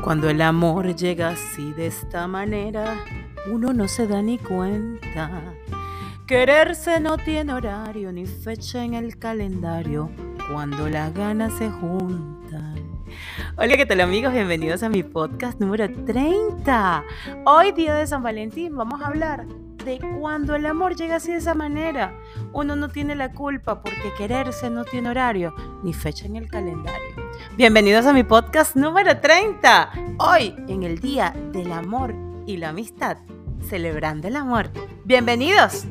Cuando el amor llega así de esta manera, uno no se da ni cuenta. Quererse no tiene horario ni fecha en el calendario cuando las ganas se juntan. Hola, ¿qué tal amigos? Bienvenidos a mi podcast número 30. Hoy, día de San Valentín, vamos a hablar de cuando el amor llega así de esa manera. Uno no tiene la culpa porque quererse no tiene horario ni fecha en el calendario. Bienvenidos a mi podcast número 30. Hoy, en el Día del Amor y la Amistad, celebrando el amor. ¡Bienvenidos!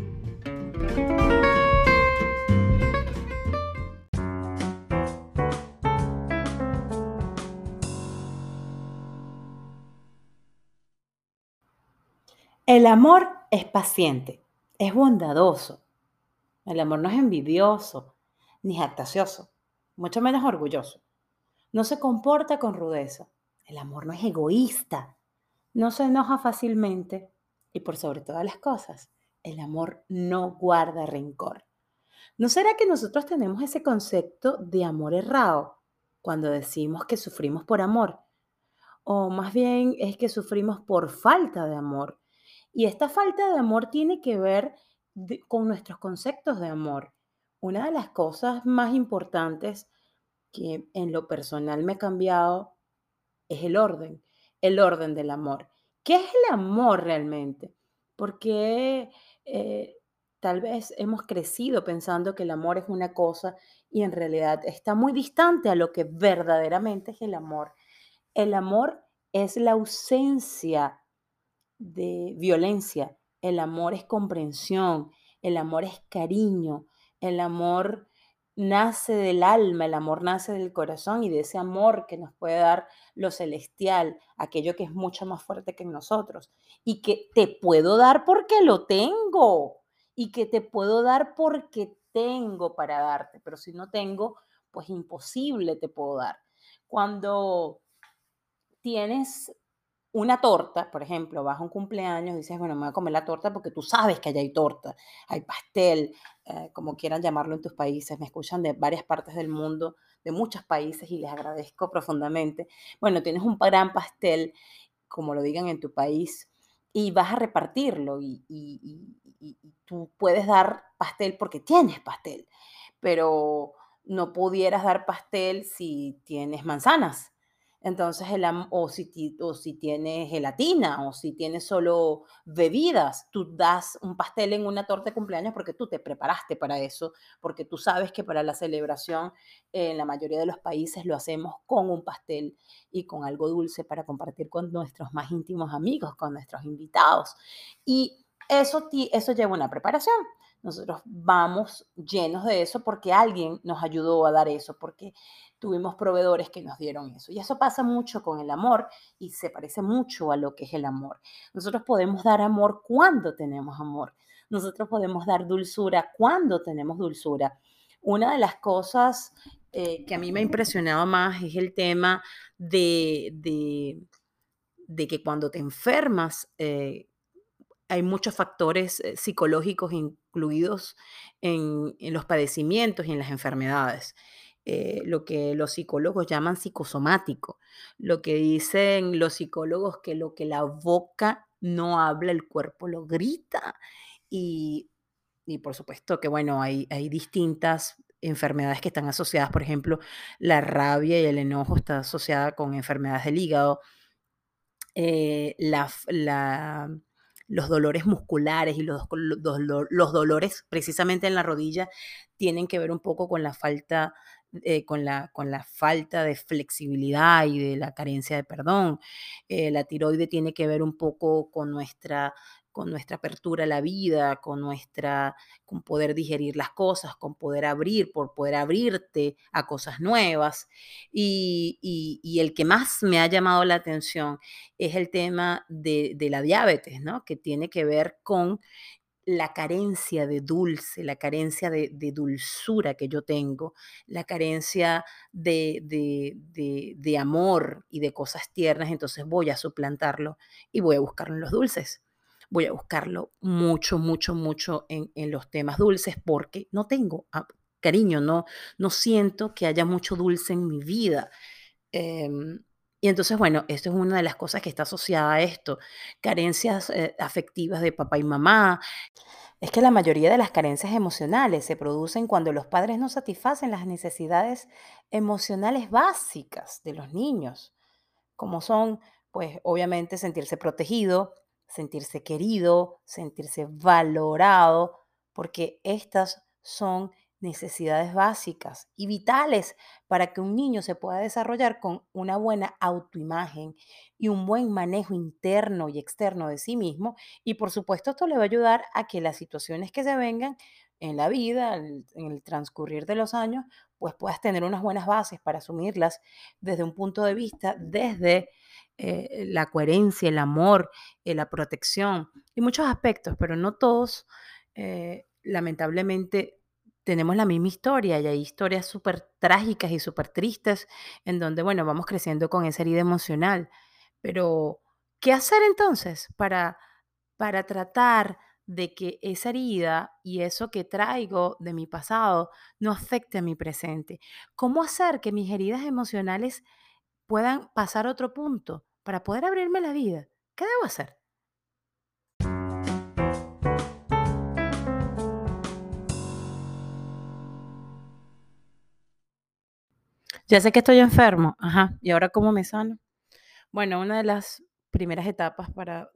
El amor es paciente, es bondadoso. El amor no es envidioso, ni jactancioso, mucho menos orgulloso. No se comporta con rudeza. El amor no es egoísta, no se enoja fácilmente y por sobre todas las cosas, el amor no guarda rencor. ¿No será que nosotros tenemos ese concepto de amor errado cuando decimos que sufrimos por amor? O más bien es que sufrimos por falta de amor. Y esta falta de amor tiene que ver con nuestros conceptos de amor. Una de las cosas más importantes que en lo personal me ha cambiado es el orden del amor. ¿Qué es el amor realmente? Porque tal vez hemos crecido pensando que el amor es una cosa y en realidad está muy distante a lo que verdaderamente es el amor. El amor es la ausencia de violencia. El amor es comprensión, el amor es cariño, el amor nace del alma, el amor nace del corazón y de ese amor que nos puede dar lo celestial, aquello que es mucho más fuerte que nosotros y que te puedo dar porque lo tengo y que te puedo dar porque tengo para darte, pero si no tengo, pues imposible te puedo dar. Cuando tienes una torta, por ejemplo, vas a un cumpleaños y dices, bueno, me voy a comer la torta porque tú sabes que allá hay torta, hay pastel, como quieran llamarlo en tus países. Me escuchan de varias partes del mundo, de muchos países y les agradezco profundamente. Bueno, tienes un gran pastel, como lo digan en tu país, y vas a repartirlo y tú puedes dar pastel porque tienes pastel, pero no pudieras dar pastel si tienes manzanas. Entonces, o si tienes gelatina, o si tienes solo bebidas, tú das un pastel en una torta de cumpleaños porque tú te preparaste para eso, porque tú sabes que para la celebración en la mayoría de los países lo hacemos con un pastel y con algo dulce para compartir con nuestros más íntimos amigos, con nuestros invitados. Y eso lleva una preparación. Nosotros vamos llenos de eso porque alguien nos ayudó a dar eso, porque tuvimos proveedores que nos dieron eso. Y eso pasa mucho con el amor y se parece mucho a lo que es el amor. Nosotros podemos dar amor cuando tenemos amor. Nosotros podemos dar dulzura cuando tenemos dulzura. Una de las cosas que a mí me ha impresionado más es el tema de que cuando te enfermas, hay muchos factores psicológicos incluidos en los padecimientos y en las enfermedades. Lo que los psicólogos llaman psicosomático. Lo que dicen los psicólogos que lo que la boca no habla, el cuerpo lo grita. Y, y por supuesto que, bueno, hay distintas enfermedades que están asociadas. Por ejemplo, la rabia y el enojo está asociada con enfermedades del hígado, la f los dolores musculares y los dolores precisamente en la rodilla tienen que ver un poco con la falta, con la falta de flexibilidad y de la carencia de perdón. La tiroide tiene que ver un poco con nuestra apertura a la vida, con poder digerir las cosas, con poder por poder abrirte a cosas nuevas. Y el que más me ha llamado la atención es el tema de la diabetes, ¿no? Que tiene que ver con la carencia de dulce, la carencia de dulzura que yo tengo, la carencia de amor y de cosas tiernas, entonces voy a suplantarlo y voy a buscarlo en los dulces. Voy a buscarlo mucho, mucho, mucho en los temas dulces porque no tengo cariño, no siento que haya mucho dulce en mi vida. Em, Y entonces, bueno, esto es una de las cosas que está asociada a esto, carencias afectivas de papá y mamá. Es que la mayoría de las carencias emocionales se producen cuando los padres no satisfacen las necesidades emocionales básicas de los niños, como son, pues obviamente sentirse protegido, sentirse querido, sentirse valorado, porque estas son necesidades básicas y vitales para que un niño se pueda desarrollar con una buena autoimagen y un buen manejo interno y externo de sí mismo. Y por supuesto esto le va a ayudar a que las situaciones que se vengan en la vida, en el transcurrir de los años, pues puedas tener unas buenas bases para asumirlas desde un punto de vista, desde la coherencia, el amor, la protección y muchos aspectos, pero no todos, lamentablemente, tenemos la misma historia y hay historias súper trágicas y súper tristes en donde, bueno, vamos creciendo con esa herida emocional. Pero, ¿qué hacer entonces para tratar de que esa herida y eso que traigo de mi pasado no afecte a mi presente? ¿Cómo hacer que mis heridas emocionales puedan pasar a otro punto para poder abrirme la vida? ¿Qué debo hacer? Ya sé que estoy enfermo, ajá, ¿y ahora cómo me sano? Bueno, una de las primeras etapas para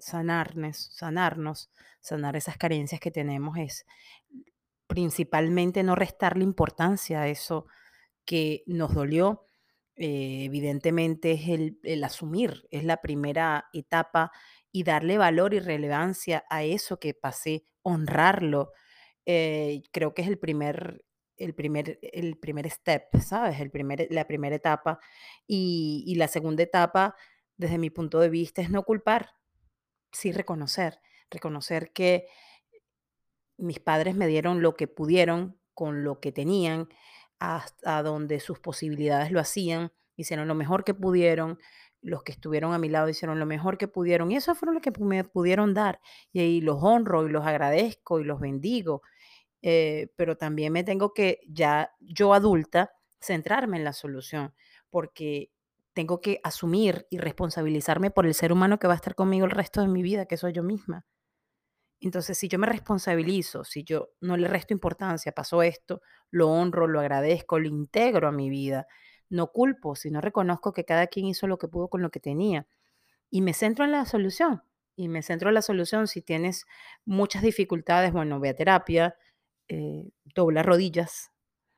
sanar esas carencias que tenemos es principalmente no restarle importancia a eso que nos dolió. Evidentemente es el asumir, es la primera etapa y darle valor y relevancia a eso que pasé, honrarlo. Creo que es el primer step, ¿sabes? La primera etapa. Y la segunda etapa, desde mi punto de vista, es no culpar, sí reconocer que mis padres me dieron lo que pudieron con lo que tenían, hasta donde sus posibilidades lo hacían, hicieron lo mejor que pudieron, los que estuvieron a mi lado hicieron lo mejor que pudieron y eso fueron lo que me pudieron dar. Y ahí los honro y los agradezco y los bendigo, pero también me tengo que, ya yo adulta, centrarme en la solución, porque tengo que asumir y responsabilizarme por el ser humano que va a estar conmigo el resto de mi vida, que soy yo misma. Entonces, si yo me responsabilizo, si yo no le resto importancia, pasó esto, lo honro, lo agradezco, lo integro a mi vida, no culpo, sino reconozco que cada quien hizo lo que pudo con lo que tenía y me centro en la solución. Y me centro en la solución. Si tienes muchas dificultades, bueno, ve a terapia, dobla rodillas,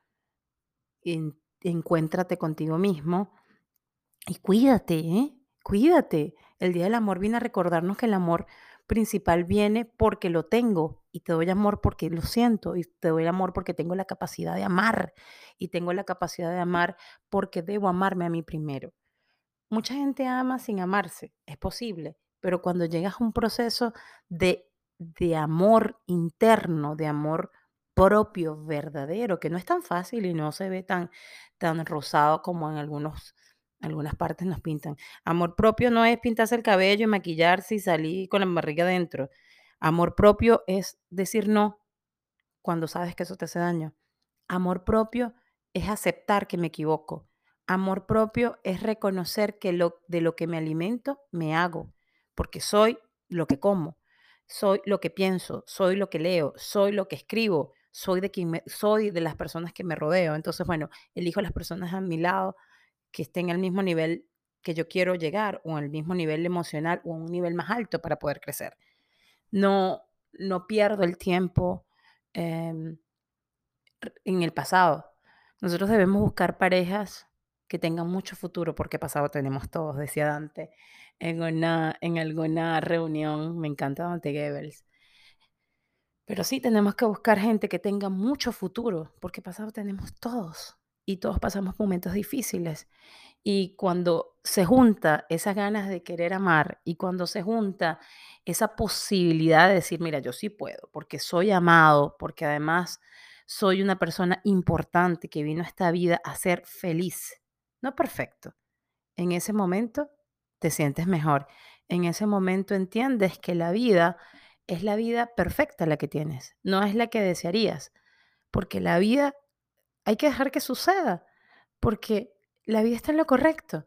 encuéntrate contigo mismo y cuídate, ¿eh? Cuídate. El Día del Amor viene a recordarnos que el amor principal viene porque lo tengo y te doy amor porque lo siento y te doy amor porque tengo la capacidad de amar y tengo la capacidad de amar porque debo amarme a mí primero. Mucha gente ama sin amarse, es posible, pero cuando llegas a un proceso de amor interno, de amor propio, verdadero, que no es tan fácil y no se ve tan rosado como en algunas partes nos pintan. Amor propio no es pintarse el cabello y maquillarse y salir con la barriga adentro. Amor propio es decir no cuando sabes que eso te hace daño. Amor propio es aceptar que me equivoco. Amor propio es reconocer que de lo que me alimento me hago, porque soy lo que como, soy lo que pienso, soy lo que leo, soy lo que escribo, soy de las personas que me rodeo. Entonces, bueno, elijo las personas a mi lado que estén al mismo nivel que yo quiero llegar o al mismo nivel emocional o a un nivel más alto para poder crecer. No, no pierdo el tiempo. em, en el pasado. Nosotros debemos buscar parejas que tengan mucho futuro, porque pasado tenemos todos, decía Dante en alguna reunión, me encanta Dante Goebbels. Pero sí tenemos que buscar gente que tenga mucho futuro, porque pasado tenemos todos y todos pasamos momentos difíciles. Y cuando se junta esas ganas de querer amar y cuando se junta esa posibilidad de decir, mira, yo sí puedo, porque soy amado, porque además soy una persona importante que vino a esta vida a ser feliz, no perfecto. En ese momento te sientes mejor. En ese momento entiendes que la vida es la vida perfecta la que tienes, no es la que desearías, porque la vida hay que dejar que suceda, porque la vida está en lo correcto.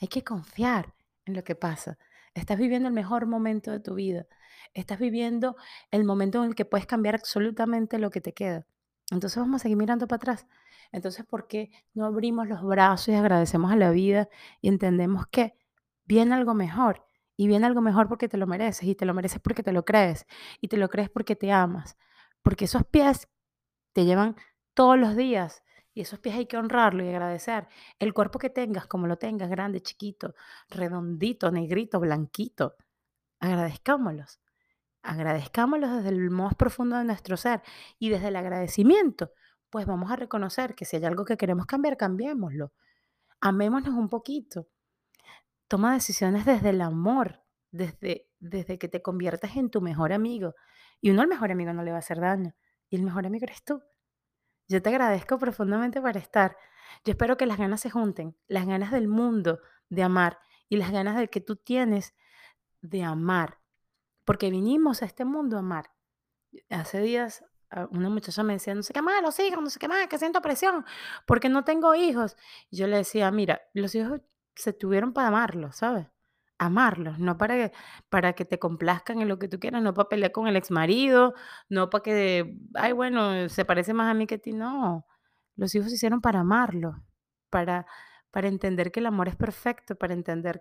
Hay que confiar en lo que pasa. Estás viviendo el mejor momento de tu vida. Estás viviendo el momento en el que puedes cambiar absolutamente lo que te queda. Entonces vamos a seguir mirando para atrás. Entonces, ¿por qué no abrimos los brazos y agradecemos a la vida y entendemos que viene algo mejor? Y viene algo mejor porque te lo mereces, y te lo mereces porque te lo crees, y te lo crees porque te amas. Porque esos pies te llevan todos los días y esos pies hay que honrarlo y agradecer. El cuerpo que tengas, como lo tengas, grande, chiquito, redondito, negrito, blanquito, agradezcámoslos. Agradezcámoslos desde el más profundo de nuestro ser y desde el agradecimiento, pues vamos a reconocer que si hay algo que queremos cambiar, cambiémoslo. Amémonos un poquito. Toma decisiones desde el amor, desde que te conviertas en tu mejor amigo. Y uno al mejor amigo no le va a hacer daño. Y el mejor amigo eres tú. Yo te agradezco profundamente por estar. Yo espero que las ganas se junten, las ganas del mundo de amar y las ganas de que tú tienes de amar, porque vinimos a este mundo a amar. Hace días una muchacha me decía, no sé qué más, los hijos, no sé qué más, que siento presión, porque no tengo hijos. Y yo le decía, mira, los hijos se tuvieron para amarlos, ¿sabes? Amarlos, no para que te complazcan en lo que tú quieras, no para pelear con el exmarido, no para que, ay, bueno, se parece más a mí que a ti, no. Los hijos se hicieron para amarlos, para, para entender que el amor es perfecto, para entender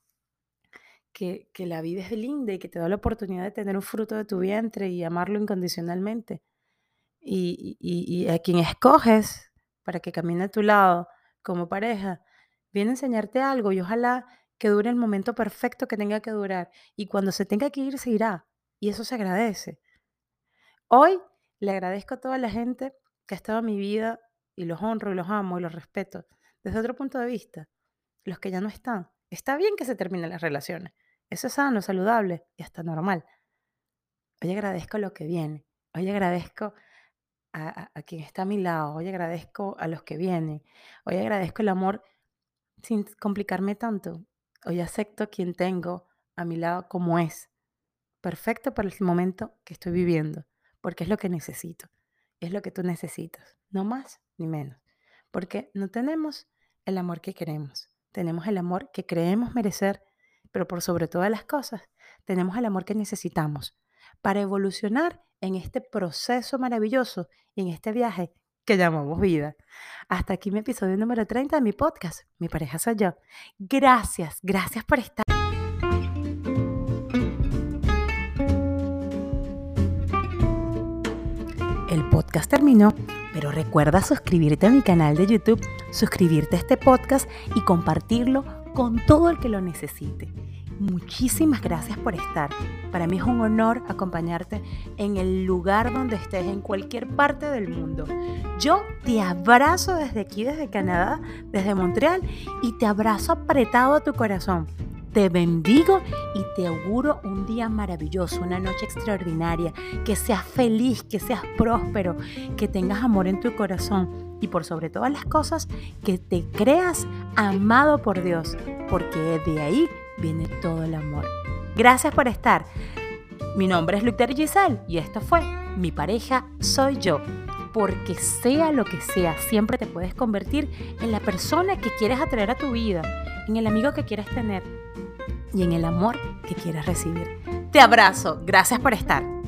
que la vida es linda y que te da la oportunidad de tener un fruto de tu vientre y amarlo incondicionalmente. Y a quien escoges para que camine a tu lado como pareja, viene a enseñarte algo y ojalá que dure el momento perfecto que tenga que durar. Y cuando se tenga que ir, se irá. Y eso se agradece. Hoy le agradezco a toda la gente que ha estado en mi vida y los honro y los amo y los respeto desde otro punto de vista. Los que ya no están. Está bien que se terminen las relaciones. Eso es sano, saludable y hasta normal. Hoy agradezco lo que viene. Hoy agradezco a quien está a mi lado. Hoy agradezco a los que vienen. Hoy agradezco el amor sin complicarme tanto. Hoy acepto a quien tengo a mi lado como es. Perfecto para el momento que estoy viviendo. Porque es lo que necesito. Es lo que tú necesitas. No más ni menos. Porque no tenemos el amor que queremos. Tenemos el amor que creemos merecer. Pero por sobre todas las cosas, tenemos el amor que necesitamos para evolucionar en este proceso maravilloso y en este viaje que llamamos vida. Hasta aquí mi episodio número 30 de mi podcast, Mi pareja soy yo. Gracias, gracias por estar. El podcast terminó, pero recuerda suscribirte a mi canal de YouTube, suscribirte a este podcast y compartirlo con todo el que lo necesite. Muchísimas gracias por estar. Para mí es un honor acompañarte en el lugar donde estés, en cualquier parte del mundo. Yo te abrazo desde aquí, desde Canadá, desde Montreal, y te abrazo apretado a tu corazón. Te bendigo y te auguro un día maravilloso, una noche extraordinaria, que seas feliz, que seas próspero, que tengas amor en tu corazón y por sobre todas las cosas, que te creas amado por Dios, porque de ahí viene todo el amor. Gracias por estar. Mi nombre es Lucter Giselle y esto fue Mi pareja soy yo. Porque sea lo que sea, siempre te puedes convertir en la persona que quieres atraer a tu vida, en el amigo que quieres tener y en el amor que quieras recibir. Te abrazo. Gracias por estar.